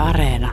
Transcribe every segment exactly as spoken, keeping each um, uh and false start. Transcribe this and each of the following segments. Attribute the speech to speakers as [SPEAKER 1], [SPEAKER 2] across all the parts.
[SPEAKER 1] Areena.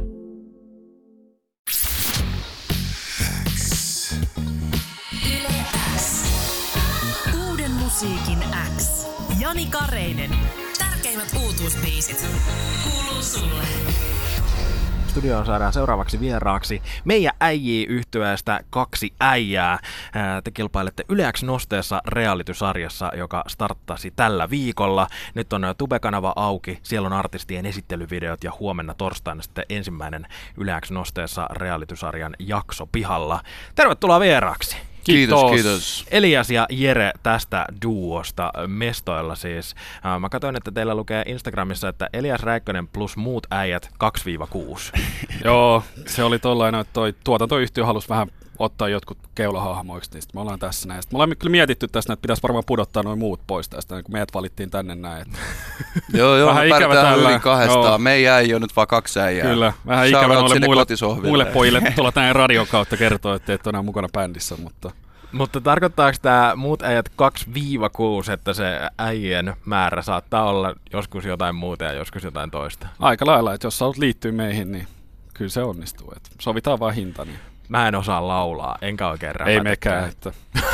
[SPEAKER 2] Yle X. Uuden musiikin X. Jani Kareinen. Tärkeimmät uutuusbiisit. Kuuluu sulle.
[SPEAKER 3] Studioon saadaan seuraavaksi vieraaksi meidän äijii-yhtyeestä kaksi äijää. Te kilpailette Yle X Nosteessa reality-sarjassa, joka starttasi tällä viikolla. Nyt on Tube-kanava auki, siellä on artistien esittelyvideot ja huomenna torstaina sitten ensimmäinen Yle X Nosteessa reality-sarjan jakso pihalla. Tervetuloa vieraaksi!
[SPEAKER 4] Kiitos, kiitos, kiitos.
[SPEAKER 3] Elias ja Jere tästä duosta mestoilla siis. Mä katsoin, että teillä lukee Instagramissa, että Elias Räikkönen plus muut äijät kaksi kuusi.
[SPEAKER 4] Joo, se oli tollainen, että toi tuotantoyhtiö halusi vähän ottaa jotkut keulahahmoiksi, niin me ollaan tässä näin. Sitten me ollaan kyllä mietitty tästä, että pitäisi varmaan pudottaa noin muut pois tästä, kun meidät valittiin tänne näin. Että
[SPEAKER 5] joo, joo,
[SPEAKER 4] vähän
[SPEAKER 5] me
[SPEAKER 4] ikävä tällä.
[SPEAKER 5] Yli kahdestaan. Joo. Meidän äijä on nyt vaan kaksi äijää.
[SPEAKER 4] Kyllä, vähän
[SPEAKER 5] Shout
[SPEAKER 4] ikävä noille muille, muille pojille tuolla tänne radion kautta kertoo, että et ole enää mukana bändissä, mutta...
[SPEAKER 3] Mutta tarkoittaako tämä muut äijät kaksi kuusi, että se äijien määrä saattaa olla joskus jotain muuta ja joskus jotain toista?
[SPEAKER 4] Aika lailla, että jos sä haluat liittyä meihin, niin kyllä se onnistuu. Että sovitaan vaan hinta. Niin...
[SPEAKER 3] Mä en osaa laulaa, enkä oikein räpätäkään.
[SPEAKER 4] Ei mekään. Että...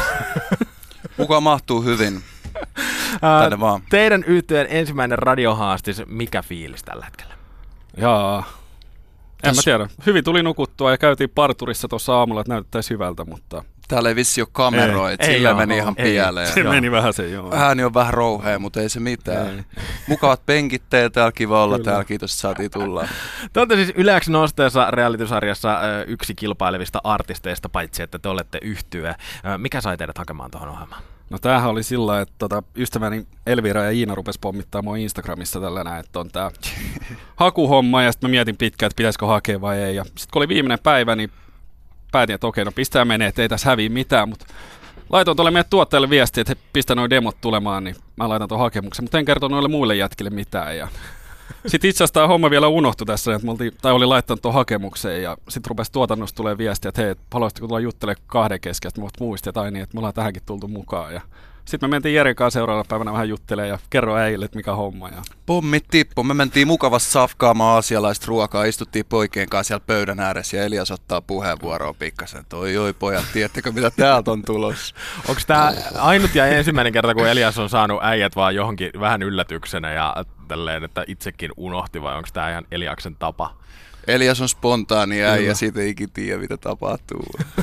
[SPEAKER 5] Kuka mahtuu hyvin? Tänne vaan.
[SPEAKER 3] Teidän yhtyeen ensimmäinen radiohaastis, mikä fiilis tällä hetkellä?
[SPEAKER 4] Jaa. En Täs... mä tiedä. Hyvin tuli nukuttua ja käytiin parturissa tuossa aamulla, että näyttäisi hyvältä, mutta...
[SPEAKER 5] Täällä ei vissi ole kameroita, sillä meni ole, ihan ei. pieleen.
[SPEAKER 4] Se joo. meni vähän se, joo.
[SPEAKER 5] Ääni on vähän rouhea, mutta ei se mitään. Ei. Mukavat penkit teillä täällä, kiva olla täällä, kiitos, että saatiin tulla.
[SPEAKER 3] Te olette siis Yle X Nosteessa reality-sarjassa yksi kilpailevista artisteista, paitsi että te olette yhtye. Mikä sai teidät hakemaan tuohon ohjelmaan?
[SPEAKER 4] No tämähän oli sillä, että tota, ystäväni Elvira ja Iina rupesi pommittaa mua Instagramissa tällainen, että on tää hakuhomma, ja sitten mä mietin pitkään, että pitäisikö hakea vai ei. Ja sitten kun oli viimeinen päivä, niin päätin, että okei, no pistää menee, että ei tässä häviä mitään, mutta laitoin tuolle meidän tuottajille viestiä, että he pistää nuo demot tulemaan, niin mä laitan tuon hakemuksen, mutta en kertonut noille muille jätkille mitään. Ja sitten itse asiassa tämä homma vielä unohtui tässä, että me oltiin, tai oli laittanut tuon hakemukseen, ja sitten rupesi tuotannosta tulee viestiä, että hei, haluaisitko tulla juttelemaan kahden kesken, että me muistin, että ai niin, että me ollaan tähänkin tultu mukaan. Ja sitten me mentiin Jeren kanssa seuraavana päivänä vähän juttelemaan ja kerro äijille, että mikä homma. Ja...
[SPEAKER 5] Pommit tippu. Me mentiin mukavasti safkaamaan aasialaista ruokaa, istuttiin poikien kanssa siellä pöydän ääressä ja Elias ottaa puheenvuoroa pikkasen. Oi oi pojat, tiedättekö mitä täältä on tulossa?
[SPEAKER 3] Onko tämä ainut ja ensimmäinen kerta, kun Elias on saanut äijät vaan johonkin vähän yllätyksenä ja tälleen, että itsekin unohti, vai onko tämä ihan Eliaksen tapa?
[SPEAKER 5] Elias on spontaani äijä, siitä ei ikin tiedä, mitä tapahtuu.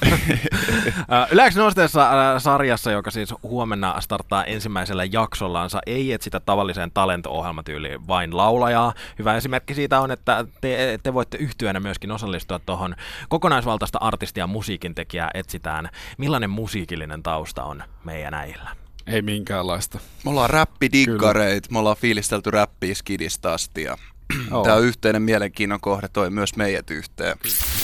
[SPEAKER 3] Yle X Nosteessa sarjassa, joka siis huomenna starttaa ensimmäisellä jaksollaansa, ei etsitä tavalliseen talento-ohjelmatyyliin vain laulajaa. Hyvä esimerkki siitä on, että te, te voitte yhtyenä myöskin osallistua tuohon kokonaisvaltaista artistia ja musiikintekijää etsitään. Millainen musiikillinen tausta on meidän äijillä?
[SPEAKER 4] Ei minkäänlaista.
[SPEAKER 5] Me ollaan räppidiggareita, me ollaan fiilistelty räppiä skidista asti ja oh. Tämä on yhteinen mielenkiinnon kohde, toi myös meidät yhteen.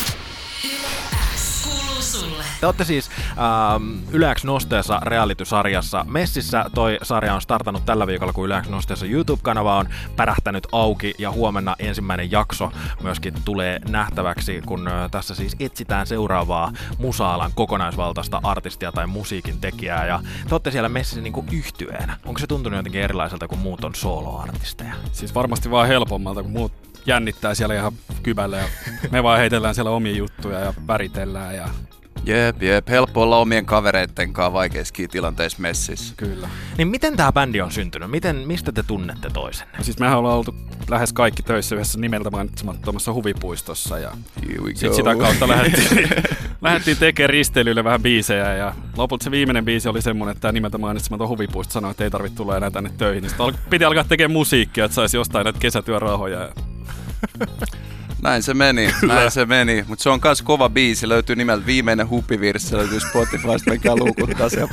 [SPEAKER 3] Te olette siis ähm, Yle X Nosteessa reality-sarjassa. Messissä toi sarja on startannut tällä viikolla, kun Yle X Nosteessa YouTube-kanava on pärähtänyt auki ja huomenna ensimmäinen jakso myöskin tulee nähtäväksi, kun äh, tässä siis etsitään seuraavaa musa-alan kokonaisvaltaista artistia tai musiikin tekijää. Ja te olette siellä messissä niinku yhtyeenä. Onko se tuntunut jotenkin erilaiselta kuin muut on solo-artisteja?
[SPEAKER 4] Siis varmasti vaan helpommalta, kun muut jännittää siellä ihan kyvällä ja me vaan heitellään siellä omia juttuja ja väritellään ja...
[SPEAKER 5] Jep, jep. Helppo olla omien kavereitten kanssa vaikeissakin tilanteissa messissä.
[SPEAKER 4] Kyllä.
[SPEAKER 3] Niin miten tää bändi on syntynyt? Miten, mistä te tunnette toisenne?
[SPEAKER 4] No siis mehän ollaan oltu lähes kaikki töissä yhdessä nimeltä mainitsemattomassa huvipuistossa ja sit sitä kautta lähdettiin, lähdettiin tekemään risteilylle vähän biisejä ja lopulta se viimeinen biisi oli semmonen, että tää nimeltä mainitsematon huvipuisto sanoi, että ei tarvitse tulla enää tänne töihin. Niin sitten piti alkaa tekemään musiikkia, että saisi jostain näitä kesätyörahoja.
[SPEAKER 5] Näin se meni, näin se meni. Mutta se on kans kova biisi, löytyy nimeltä Viimeinen hupivirsi, löytyy Spotifysta, mikä luukuttaa siellä.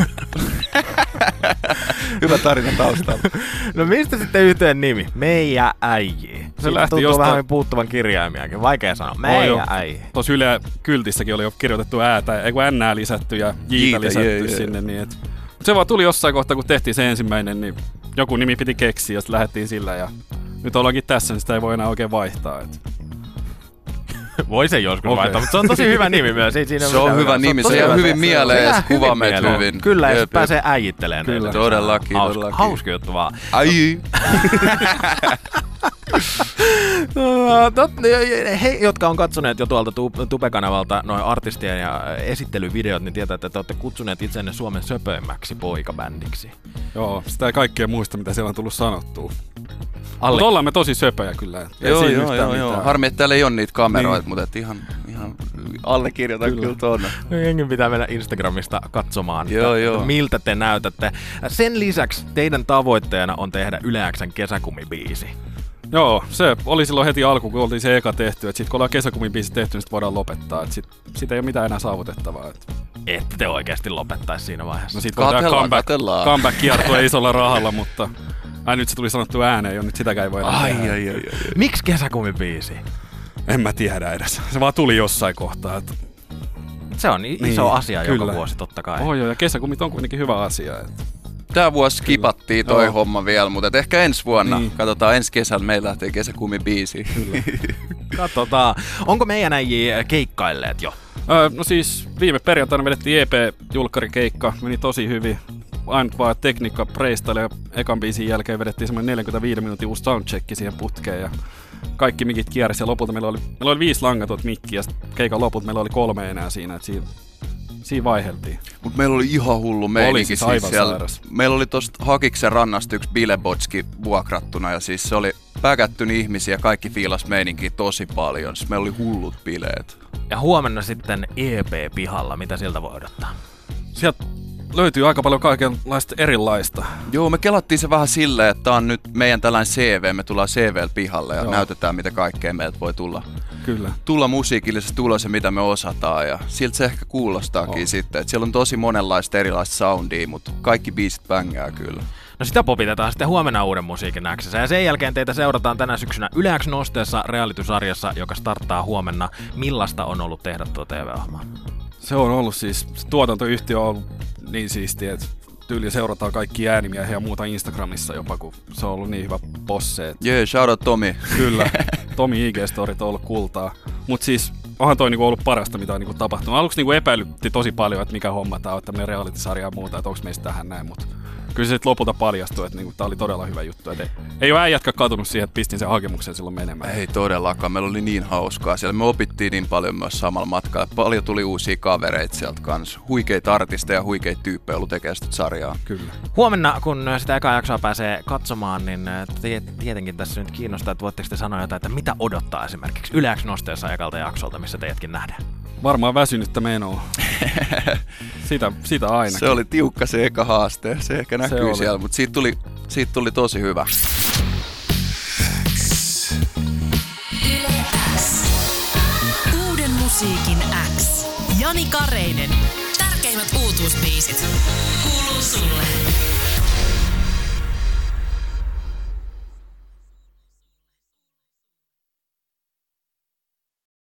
[SPEAKER 5] Hyvä tarina taustalla.
[SPEAKER 3] No mistä sitten yhteen nimi? Meijä äijii. Se lähti tuntuu jostain... vähän puuttuvan kirjaimiakin, vaikea sanoa. Meijä äijii.
[SPEAKER 4] Tuossa Yle kyltissäkin oli jo kirjoitettu äätä, ei kun N lisätty ja Jiitä lisätty jee, sinne. Niin et... Se vaan tuli jossain kohtaa, kun tehtiin se ensimmäinen, niin joku nimi piti keksiä ja sitten lähdettiin sillä. Ja nyt ollaankin tässä, niin sitä ei voi enää oikein vaihtaa. Et...
[SPEAKER 3] Voi se joskus okay. vaihtaa, mutta se on tosi hyvä nimi myös. Ei siinä
[SPEAKER 5] se on hyvä nimi, se jää hyvin mieleen ja se kuvaa meitä hyvin.
[SPEAKER 3] Kyllä, ja pääsee äijittelemään.
[SPEAKER 5] Kyllä, todellakin.
[SPEAKER 3] Hauska,
[SPEAKER 5] todellakin.
[SPEAKER 3] hauska juttu vaan.
[SPEAKER 5] Ai.
[SPEAKER 3] tot, he, jotka on katsoneet jo tuolta Tube-kanavalta noin artistien ja esittelyvideot, niin tietää, että te olette kutsuneet itsenne Suomen söpöimmäksi poikabändiksi.
[SPEAKER 4] Joo, sitä ei kaikkea muista, mitä siellä on tullut sanottua.
[SPEAKER 3] Alle...
[SPEAKER 4] Mutta ollaan me tosi söpöjä kyllä. Ei
[SPEAKER 5] joo,
[SPEAKER 4] siinä
[SPEAKER 5] joo, joo, joo. Harmi, että täällä ei ole niitä kameroita, niin. Mutta et ihan, ihan allekirjoitan kyllä, kyllä tuonne.
[SPEAKER 3] Jengen pitää mennä Instagramista katsomaan,
[SPEAKER 5] joo,
[SPEAKER 3] että,
[SPEAKER 5] joo.
[SPEAKER 3] miltä te näytätte. Sen lisäksi teidän tavoitteena on tehdä Yle X:n kesäkumibiisi.
[SPEAKER 4] Joo, se oli silloin heti alku, kun oltiin se eka tehty. Sitten kun ollaan kesäkumibiisi tehty, niin sit voidaan lopettaa. Et sit, sit ei ole mitään enää saavutettavaa. Et.
[SPEAKER 3] Ette te oikeasti lopettaisi siinä vaiheessa.
[SPEAKER 4] No sit voidaan comeback, comeback kiertua isolla rahalla, mutta... Ai nyt se tuli sanottu ääneen jo, nyt sitäkään ei voi enää
[SPEAKER 5] ai,
[SPEAKER 4] tehdä.
[SPEAKER 5] ai, ai, ai.
[SPEAKER 3] Miksi kesäkumibiisi?
[SPEAKER 4] En mä tiedä edes. Se vaan tuli jossain kohtaa. Et...
[SPEAKER 3] Se on iso niin, asia kyllä. Joka vuosi totta kai.
[SPEAKER 4] Oh, joo, ja kesäkumit on kuitenkin hyvä asia. Et...
[SPEAKER 5] Tää vuosi skipattiin toi oh. homma vielä, mutta ehkä ensi vuonna, niin. Katsotaan ensi kesällä, meillä lähtee kesäkumibiisi. Kyllä.
[SPEAKER 3] Katsotaan. Onko meidän äijii keikkailleet jo?
[SPEAKER 4] Öö, no siis viime perjantaina vedettiin E P-julkkarikeikka, meni tosi hyvin. Ainut vaan tekniikka preistaili ja ekan biisin jälkeen vedettiin semmoinen neljänkymmenenviiden minuutin uusi soundcheck siihen putkeen ja kaikki mikit kiersi ja lopulta meillä oli, meillä oli viisi langatut mikkiä ja keikan lopulta meillä oli kolme enää siinä, että siinä, siinä vaiheltiin.
[SPEAKER 5] Mut meillä oli ihan hullu meininki.
[SPEAKER 4] Oli siis aivan
[SPEAKER 5] siellä.
[SPEAKER 4] Sairas.
[SPEAKER 5] Meillä oli tosta Hakiksen rannasta yksi bilebotski vuokrattuna ja siis se oli päkättyn ihmisiä ja kaikki fiilas meininkiä tosi paljon. Siis meillä oli hullut bileet.
[SPEAKER 3] Ja huomenna sitten E P-pihalla, mitä sieltä voi odottaa?
[SPEAKER 4] Sieltä löytyy aika paljon kaikenlaista erilaista.
[SPEAKER 5] Joo, me kelattiin se vähän silleen, että tää on nyt meidän tällainen C V, me tullaan C V:llä pihalle ja joo. Näytetään mitä kaikkea meiltä voi tulla.
[SPEAKER 4] Kyllä.
[SPEAKER 5] Tulla musiikillisesti tulos ja mitä me osataan ja siltä se ehkä kuulostaakin oh. sitten, että siellä on tosi monenlaista erilaista soundia, mutta kaikki biisit bängää kyllä.
[SPEAKER 3] No sitä popitetaan sitten huomenna Uuden musiikin X:ssä ja sen jälkeen teitä seurataan tänä syksynä Yle X Nosteessa reality-sarjassa, joka starttaa huomenna. Millaista on ollut tehdä tuo T V-ohjelmaa?
[SPEAKER 4] Se on ollut siis, se tuotantoyhtiö on ollut niin siistiä, että tyyli seurataan kaikki äänimiehiä ja muuta Instagramissa jopa, kun se on ollut niin hyvä bosse.
[SPEAKER 5] Jee, yeah, shout out Tomi.
[SPEAKER 4] Kyllä, Tomi I G-storit on ollut kultaa. Mut siis onhan toi niinku ollut parasta, mitä on niinku tapahtunut. Aluksi niinku epäilytti tosi paljon, että mikä homma tää on, tämmönen reality-sarja ja muuta, että onks meistä tähän näin, mut kyllä se sit lopulta paljastui, että niinku tää oli todella hyvä juttu. Et ei, ei oo äijätkä katunut siihen, että pistin sen hakemuksen silloin menemään.
[SPEAKER 5] Ei todellakaan, meillä oli niin hauskaa siellä. Me opittiin niin paljon myös samalla matkalla. Paljon tuli uusia kavereita sieltä kanssa. Huikeita artisteja ja huikeita tyyppejä ollut tekemään sitä sarjaa.
[SPEAKER 4] Kyllä.
[SPEAKER 3] Huomenna, kun sitä ekaa jaksoa pääsee katsomaan, niin tietenkin tässä nyt kiinnostaa, että voitteko te sanoa jotain, että mitä odottaa esimerkiksi Yle X Nosteessa ekalta jaksolta, missä teidätkin nähdään? Varmaan
[SPEAKER 4] väsynyttä menoa. sitä, sitä ainakin.
[SPEAKER 5] Se oli tiukka se eka haaste. Se ehkä näkyy se siellä, mutta siitä tuli, siitä tuli tosi hyvä.
[SPEAKER 2] Yle X. Uuden musiikin X. Jani Kareinen. Tärkeimmät uutuusbiisit. Kuuluu sulle.